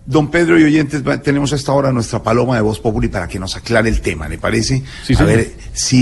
Don Pedro y oyentes, tenemos a esta hora nuestra paloma de Voz Populi para que nos aclare el tema, ¿le parece? Sí, a ver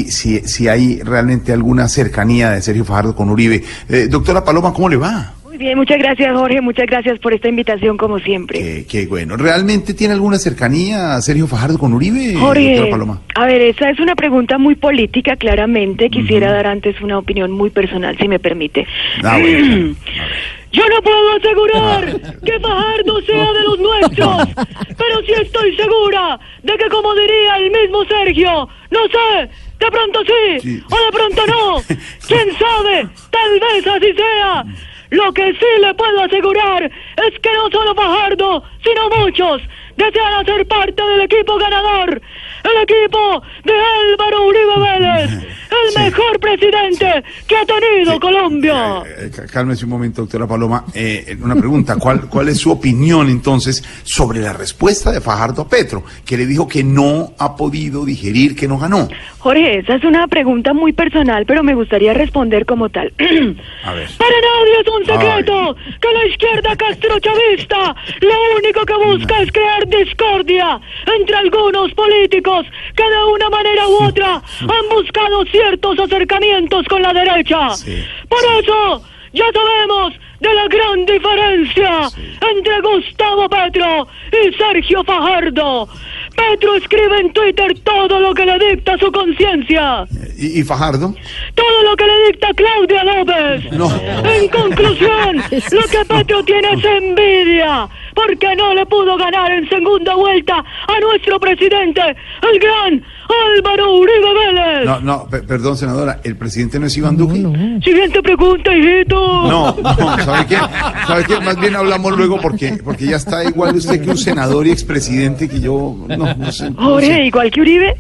si hay realmente alguna cercanía de Sergio Fajardo con Uribe. Doctora Paloma, ¿cómo le va? Muy bien, muchas gracias, Jorge, muchas gracias por esta invitación, como siempre. Qué bueno. ¿Realmente tiene alguna cercanía Sergio Fajardo con Uribe, Jorge, doctora Paloma? A ver, esa es una pregunta muy política, claramente. Quisiera dar antes una opinión muy personal, si me permite. Bueno, Yo no puedo asegurar que Fajardo sea de los nuestros, pero sí estoy segura de que, como diría el mismo Sergio, no sé, de pronto sí, o de pronto no, quién sabe, tal vez así sea. Lo que sí le puedo asegurar es que no solo Fajardo, sino muchos desean hacer parte del equipo ganador, el equipo de Álvaro Uribe Vélez, el mejor presidente que ha tenido Colombia. Cálmese un momento, doctora Paloma. Una pregunta, ¿cuál es su opinión entonces sobre la respuesta de Fajardo a Petro, que le dijo que no ha podido digerir que no ganó? Jorge, esa es una pregunta muy personal, pero me gustaría responder como tal. A ver. Para nadie es un secreto que la izquierda castrochavista lo único que busca es crear discordia entre algunos políticos que de una manera u otra han buscado ciertos acercamientos con la derecha. Por eso ya sabemos de la gran diferencia entre Gustavo Petro y Sergio Fajardo. Petro escribe en Twitter todo lo que le dicta su conciencia. ¿Y Fajardo? Todo lo que le dicta Claudia López. No. En conclusión, lo que Petro tiene es envidia, porque no le pudo ganar en segunda vuelta a nuestro presidente, el gran Álvaro Uribe Vélez. Perdón, senadora, ¿el presidente no es Iván Duque? No. Siguiente pregunta, hijito. No, ¿sabe qué? ¿Sabe qué? Más bien hablamos luego porque ya está igual usted que un senador y expresidente que yo, no sé. Jorge, igual que Uribe.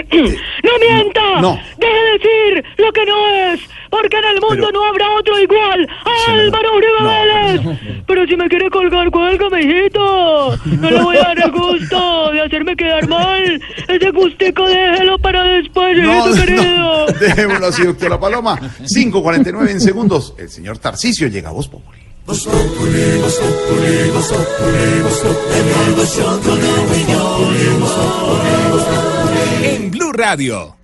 ¡No mienta! No. ¡Deje de decir lo que no es! Porque en el mundo no habrá otro igual a Álvaro Uribe Vélez. Pero si me quiere colgar, cuélgame, hijito. No le voy a dar el gusto de hacerme quedar mal. Ese gustico déjelo para después, hijito querido. Dejémoslo así, doctora Paloma. 5:49 en segundos. El señor Tarcisio llega a Voz Populi. Voz Populi, Voz Populi, Voz Populi, Voz Populi, Voz Populi, Voz Populi, Voz Populi, Voz Populi. En Blue Radio.